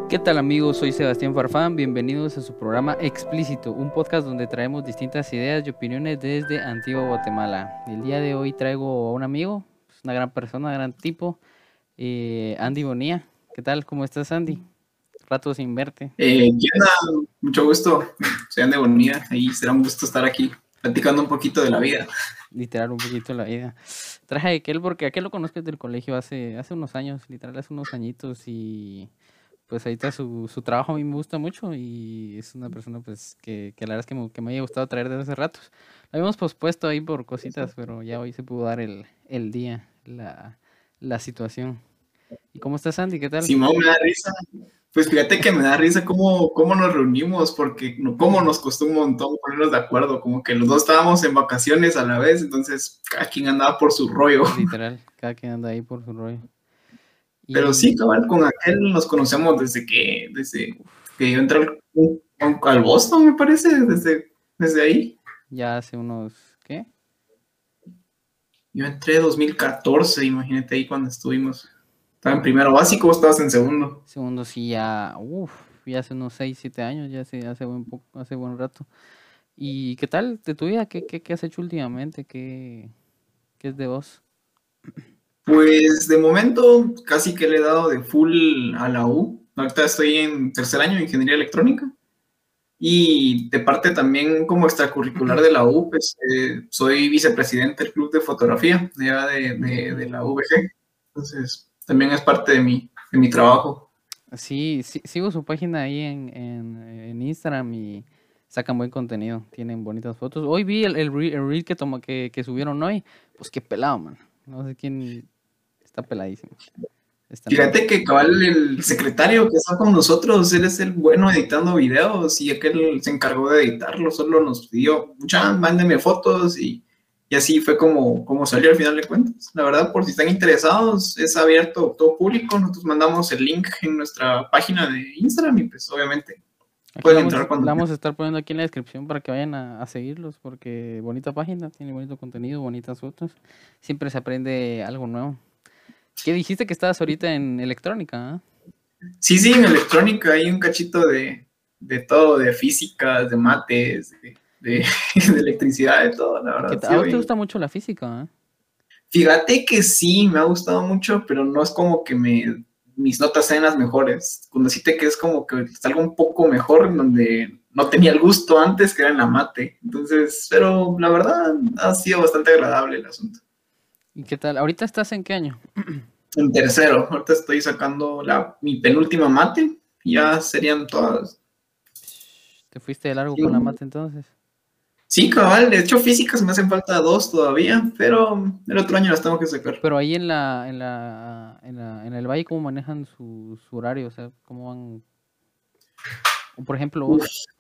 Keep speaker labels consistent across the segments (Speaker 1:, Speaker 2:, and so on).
Speaker 1: ¿Qué tal amigos? Soy Sebastián Farfán, bienvenidos a su programa Explícito, un podcast donde traemos distintas ideas y opiniones desde Antigua Guatemala. El día de hoy traigo a un amigo, es una gran persona, gran tipo, Andy Bonilla. ¿Qué tal? ¿Cómo estás, Andy? Rato sin verte.
Speaker 2: ¿Qué onda? Mucho gusto. Soy Ande Bonilla. Ahí será un gusto estar aquí platicando un poquito de la vida.
Speaker 1: Literal, un poquito la vida. Traje a aquel porque aquel lo conozco desde el colegio hace unos años, literal, hace unos añitos y pues ahorita su trabajo a mí me gusta mucho y es una persona pues que la verdad es que me haya gustado traer desde hace ratos. Lo habíamos pospuesto ahí por cositas, pero ya hoy se pudo dar el día, la situación. ¿Y cómo estás, Andy? ¿Qué tal?
Speaker 2: Simón, me da risa. Pues fíjate que me da risa cómo nos reunimos, porque cómo nos costó un montón ponernos de acuerdo. Como que los dos estábamos en vacaciones a la vez, entonces cada quien andaba por su rollo.
Speaker 1: Literal, cada quien anda ahí por su rollo.
Speaker 2: Pero sí,
Speaker 1: Y
Speaker 2: cabal, con aquel nos conocemos desde que yo entré al Boston, me parece, desde ahí.
Speaker 1: ya hace unos, ¿qué?
Speaker 2: Yo entré en 2014, imagínate ahí cuando estuvimos. Estaba en primero básico, vos estabas en segundo.
Speaker 1: Segundo sí ya, ya hace unos 6 7 años, ya hace buen poco, hace buen rato. ¿Y qué tal de tu vida? ¿Qué has hecho últimamente? ¿Qué es de vos?
Speaker 2: Pues de momento casi que le he dado de full a la U. Ahorita estoy en tercer año de ingeniería electrónica y de parte también como extracurricular de la U, pues soy vicepresidente del club de fotografía de, allá de la UVG. Entonces también es parte de mi trabajo.
Speaker 1: Sí, sí, sigo su página ahí en Instagram y sacan buen contenido, tienen bonitas fotos. Hoy vi el reel que subieron hoy, pues qué pelado, man. No sé quién está peladísimo. Está nice.
Speaker 2: Fíjate que cabal el secretario que está con nosotros, él es el bueno editando videos y aquel se encargó de editarlo, solo nos pidió, mucha, mándeme fotos y así fue como salió al final de cuentas. La verdad, por si están interesados, es abierto todo público, nosotros mandamos el link en nuestra página de Instagram y pues obviamente
Speaker 1: Aquí
Speaker 2: pueden entrar cuando
Speaker 1: la
Speaker 2: quieran.
Speaker 1: vamos a estar poniendo aquí en la descripción para que vayan a seguirlos, porque bonita página, tiene bonito contenido, bonitas fotos. Siempre se aprende algo nuevo. ¿Qué dijiste que estabas ahorita en electrónica? ¿Ah?
Speaker 2: Sí, sí, en electrónica hay un cachito de todo, de física, de mates, de electricidad, de todo, la
Speaker 1: ¿Y qué
Speaker 2: verdad,
Speaker 1: tal?
Speaker 2: sí,
Speaker 1: ¿A vos te
Speaker 2: hoy.
Speaker 1: gusta mucho la física? ¿Ah?
Speaker 2: Fíjate que sí, me ha gustado mucho, pero no es como que mis notas sean las mejores. Cuando sí que es como que salgo un poco mejor, en donde no tenía el gusto antes, que era en la mate. Entonces, pero la verdad ha sido bastante agradable el asunto.
Speaker 1: ¿Y qué tal? ¿Ahorita estás en qué año?
Speaker 2: En tercero, ahorita estoy sacando mi penúltima mate, ya serían todas.
Speaker 1: ¿Te fuiste de largo con la mate entonces?
Speaker 2: Sí, cabal, de hecho físicas me hacen falta dos todavía, pero el otro año las tengo que sacar.
Speaker 1: Pero ahí en el valle, ¿cómo manejan su horario? O sea, ¿cómo van? O por ejemplo, vos,
Speaker 2: Uf.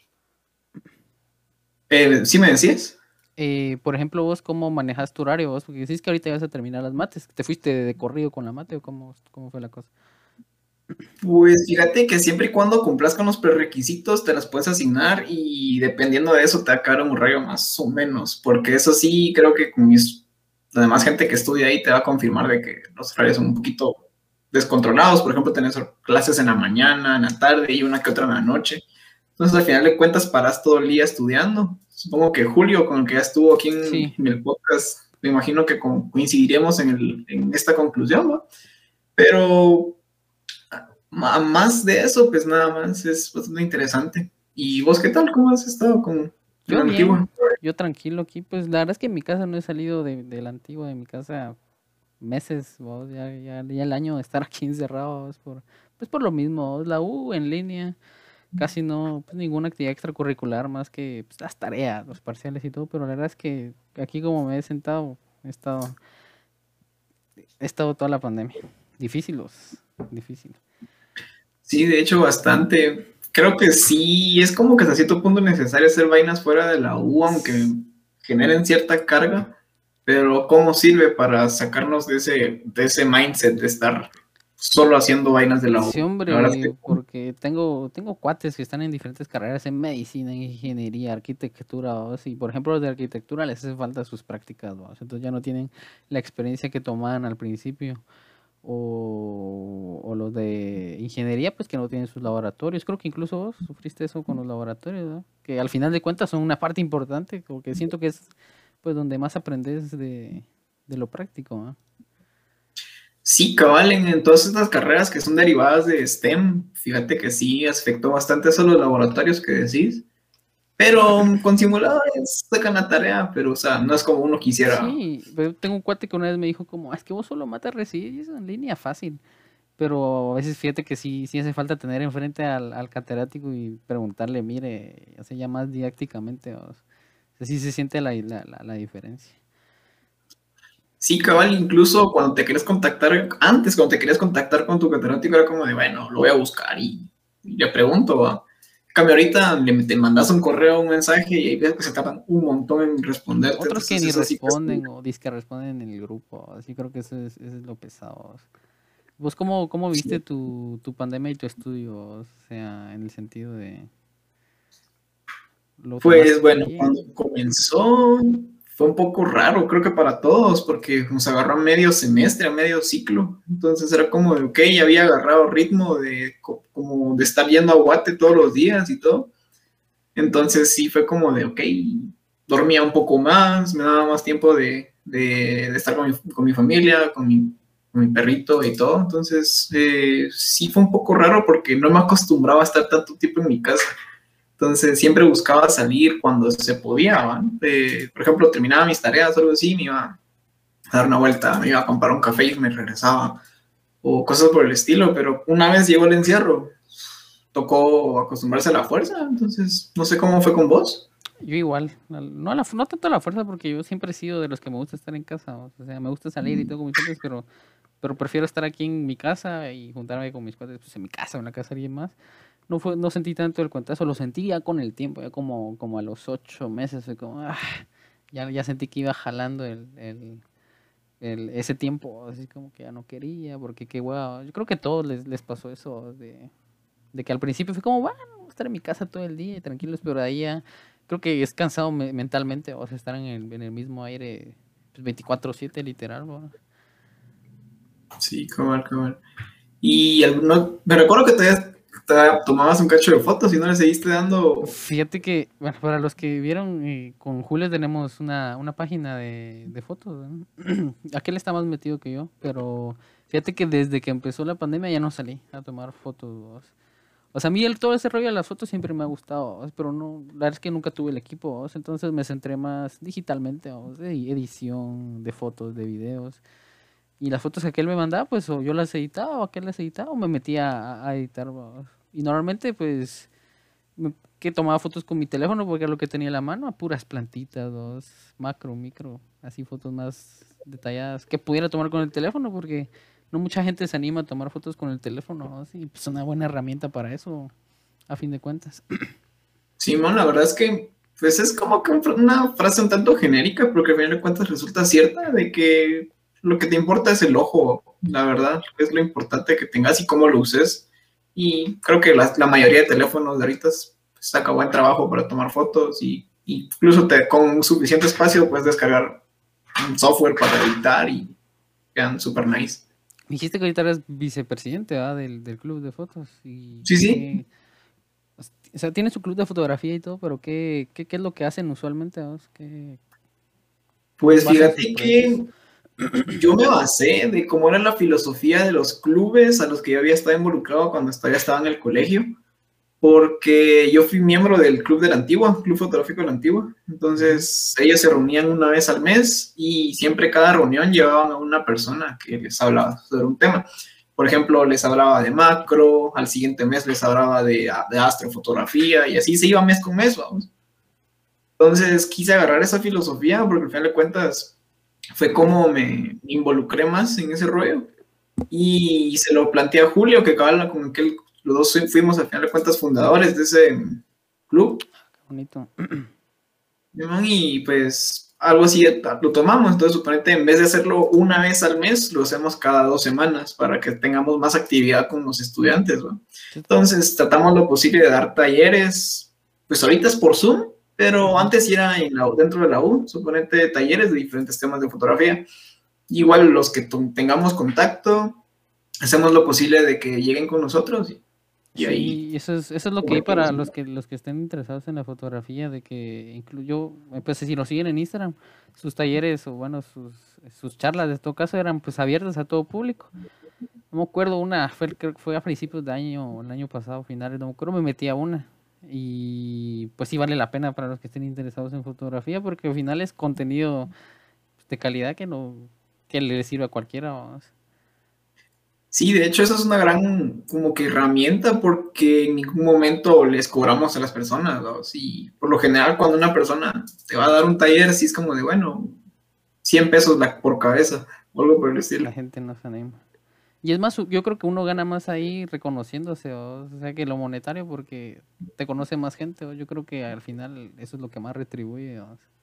Speaker 2: ¿Sí me decías?
Speaker 1: por ejemplo, vos, ¿cómo manejas tu horario vos? Porque decís que ahorita ya vas a terminar las mates. ¿Te fuiste de corrido con la mate o cómo fue la cosa?
Speaker 2: Pues fíjate que siempre y cuando cumplas con los prerequisitos te las puedes asignar y dependiendo de eso te va a quedar un horario más o menos, porque eso sí creo que la demás gente que estudia ahí te va a confirmar de que los horarios son un poquito descontrolados, por ejemplo tenés clases en la mañana, en la tarde y una que otra en la noche, entonces al final de cuentas paras todo el día estudiando. Supongo que Julio, con el que ya estuvo aquí en,
Speaker 1: Sí,
Speaker 2: en el podcast, me imagino que coincidiremos en esta conclusión, ¿no? Pero más de eso, pues nada más es bastante interesante. ¿Y vos qué tal? ¿Cómo has estado en
Speaker 1: yo
Speaker 2: la
Speaker 1: bien,
Speaker 2: antigua?
Speaker 1: yo tranquilo aquí. Pues la verdad es que en mi casa no he salido de la antigua, de mi casa meses, vos, ya el año de estar aquí encerrado, vos, pues por lo mismo, vos, la U en línea. Casi no, pues ninguna actividad extracurricular más que pues, las tareas, los parciales y todo, pero la verdad es que aquí como me he sentado, he estado toda la pandemia. Difícil, difícil.
Speaker 2: Sí, de hecho, bastante. Creo que sí, es como que hasta cierto punto necesario hacer vainas fuera de la U, aunque generen cierta carga, pero ¿cómo sirve para sacarnos de ese mindset de estar solo haciendo vainas de la
Speaker 1: Sí,
Speaker 2: U? La verdad es
Speaker 1: hombre,
Speaker 2: que
Speaker 1: porque tengo cuates que están en diferentes carreras, en medicina, en ingeniería, arquitectura, ¿vos? Y por ejemplo los de arquitectura les hace falta sus prácticas, ¿vos? Entonces ya no tienen la experiencia que tomaban al principio. o los de ingeniería, pues que no tienen sus laboratorios. Creo que incluso vos sufriste eso con los laboratorios, ¿no? Que al final de cuentas son una parte importante, porque siento que es pues donde más aprendes de lo práctico, ¿no?
Speaker 2: Sí, cabal, en todas estas carreras que son derivadas de STEM, fíjate que sí afectó bastante eso los laboratorios que decís, pero con simuladores sacan la tarea, pero o sea, no es como uno quisiera.
Speaker 1: Sí, pero tengo un cuate que una vez me dijo como, "Ah, es que vos solo matas residuos en línea fácil". Pero a veces fíjate que sí hace falta tener enfrente al catedrático y preguntarle, mire, o sea, ya más didácticamente, o sea, sí se siente la diferencia.
Speaker 2: Sí, cabal, incluso cuando te quieres contactar, antes cuando te querías contactar con tu catedrático era como de, bueno, lo voy a buscar y le pregunto, ¿va? En cambio ahorita te mandas un correo, un mensaje y ahí ves que se tardan un montón en responderte,
Speaker 1: Otros que
Speaker 2: entonces
Speaker 1: ni
Speaker 2: eso sí que es...
Speaker 1: responden o dizque responden en el grupo, así creo que eso es lo pesado. ¿Vos cómo viste
Speaker 2: Sí.
Speaker 1: tu pandemia y tu estudio? O sea, en el sentido de, ¿lo
Speaker 2: Pues
Speaker 1: tomaste
Speaker 2: bueno, cuando
Speaker 1: bien?
Speaker 2: comenzó fue un poco raro, creo que para todos, porque nos agarró a medio semestre, a medio ciclo. Entonces era como de, ok, ya había agarrado ritmo de como de estar yendo a Guate todos los días y todo. Entonces sí fue como de, ok, dormía un poco más, me daba más tiempo de estar con mi familia, con mi perrito y todo. Entonces sí fue un poco raro porque no me acostumbraba a estar tanto tiempo en mi casa. Entonces siempre buscaba salir cuando se podía, ¿va? Por ejemplo, terminaba mis tareas o algo así, me iba a dar una vuelta, me iba a comprar un café y me regresaba, o cosas por el estilo, pero una vez llegó el encierro, tocó acostumbrarse a la fuerza, entonces no sé cómo fue con vos.
Speaker 1: Yo igual, no tanto a la fuerza porque yo siempre he sido de los que me gusta estar en casa, o sea, me gusta salir y todo con mis cuates, pero prefiero estar aquí en mi casa y juntarme con mis cuates pues, en mi casa o en la casa de alguien más. No sentí tanto el cuentazo, lo sentí ya con el tiempo, ya como a los 8 meses, fue como, ya sentí que iba jalando ese tiempo, así como que ya no quería, porque qué hueá. Yo creo que a todos les pasó eso, de que al principio fue como, bueno, voy a estar en mi casa todo el día y tranquilos, pero de ahí ya creo que es cansado mentalmente, o sea, estar en el mismo aire pues, 24/7 literal, ¿no?
Speaker 2: Sí, cabal, cabal. Y me recuerdo que todavía tomabas un cacho de fotos y no le seguiste dando.
Speaker 1: Fíjate que, bueno, para los que vieron, con Julio tenemos una página de fotos, ¿no? Aquel está más metido que yo, pero fíjate que desde que empezó la pandemia ya no salí a tomar fotos. O sea, a mí todo ese rollo de las fotos siempre me ha gustado, ¿vos? Pero no, la verdad es que nunca tuve el equipo, ¿vos? Entonces me centré más digitalmente, ¿vos? De edición, de fotos, de videos. Y las fotos que aquel me mandaba, pues o yo las editaba o aquel las editaba o me metía a editar, ¿vos? Y normalmente, pues que tomaba fotos con mi teléfono porque era lo que tenía en la mano, a puras plantitas, macro, micro, así fotos más detalladas que pudiera tomar con el teléfono porque no mucha gente se anima a tomar fotos con el teléfono, ¿no? Sí, pues una buena herramienta para eso, a fin de cuentas.
Speaker 2: Simón, la verdad es que pues es como que una frase un tanto genérica, pero que al final de cuentas resulta cierta de que lo que te importa es el ojo, la verdad, es lo importante que tengas y cómo lo uses. Y creo que la mayoría de teléfonos de ahorita saca buen trabajo para tomar fotos y incluso con suficiente espacio puedes descargar un software para editar y quedan súper nice.
Speaker 1: Dijiste que ahorita eres vicepresidente, ¿verdad? Del club de fotos y
Speaker 2: Sí, sí.
Speaker 1: o sea, tiene su club de fotografía y todo, pero ¿qué es lo que hacen usualmente, vos? ¿Cómo
Speaker 2: Pues
Speaker 1: basan sus
Speaker 2: fíjate
Speaker 1: proyectos?
Speaker 2: que yo me basé de cómo era la filosofía de los clubes a los que yo había estado involucrado cuando todavía estaba en el colegio, porque yo fui miembro del club de la Antigua, Club Fotográfico de la Antigua.
Speaker 1: Ujú.
Speaker 2: Entonces, ellos se reunían una vez al mes y siempre cada reunión llevaban a una persona que les hablaba sobre un tema. Por ejemplo, les hablaba de macro, al siguiente mes les hablaba de astrofotografía y así se iba mes con mes, vamos. Entonces, quise agarrar esa filosofía porque al final de cuentas fue como me involucré más en ese rollo y se lo planteé a Julio, que cabal con que los dos fuimos al final de cuentas fundadores de ese club,
Speaker 1: Qué bonito.
Speaker 2: ¿no? Y pues algo así lo tomamos, entonces suponete en vez de hacerlo una vez al mes, lo hacemos cada 2 semanas para que tengamos más actividad con los estudiantes, ¿no? Entonces tratamos lo posible de dar talleres, pues ahorita es por Zoom, pero
Speaker 1: Ujú.
Speaker 2: antes era dentro de la U, suponete talleres de diferentes temas de fotografía. Igual los que tengamos contacto, hacemos lo posible de que lleguen con nosotros y ahí.
Speaker 1: Sí, eso es lo que hay para los que estén interesados en la fotografía, de que incluyo, pues si nos siguen en Instagram, sus talleres o bueno, sus charlas de todo caso eran pues abiertas a todo público. No me acuerdo creo que fue a principios de año, el año pasado, finales, no me acuerdo, me metí a una. Y pues sí vale la pena para los que estén interesados en fotografía, porque al final es contenido de calidad que no, que le sirve a cualquiera. Vamos.
Speaker 2: Sí, de hecho, esa es una gran como que herramienta porque en ningún momento les cobramos a las personas, ¿no? Sí, por lo general, cuando una persona te va a dar un taller, sí es como de, bueno, 100 pesos por cabeza, o algo por el estilo.
Speaker 1: La gente no se anima. Y es más, yo creo que uno gana más ahí reconociéndose, o sea, que lo monetario, porque te conoce más gente. Yo creo que al final eso es lo que más retribuye. ¿O?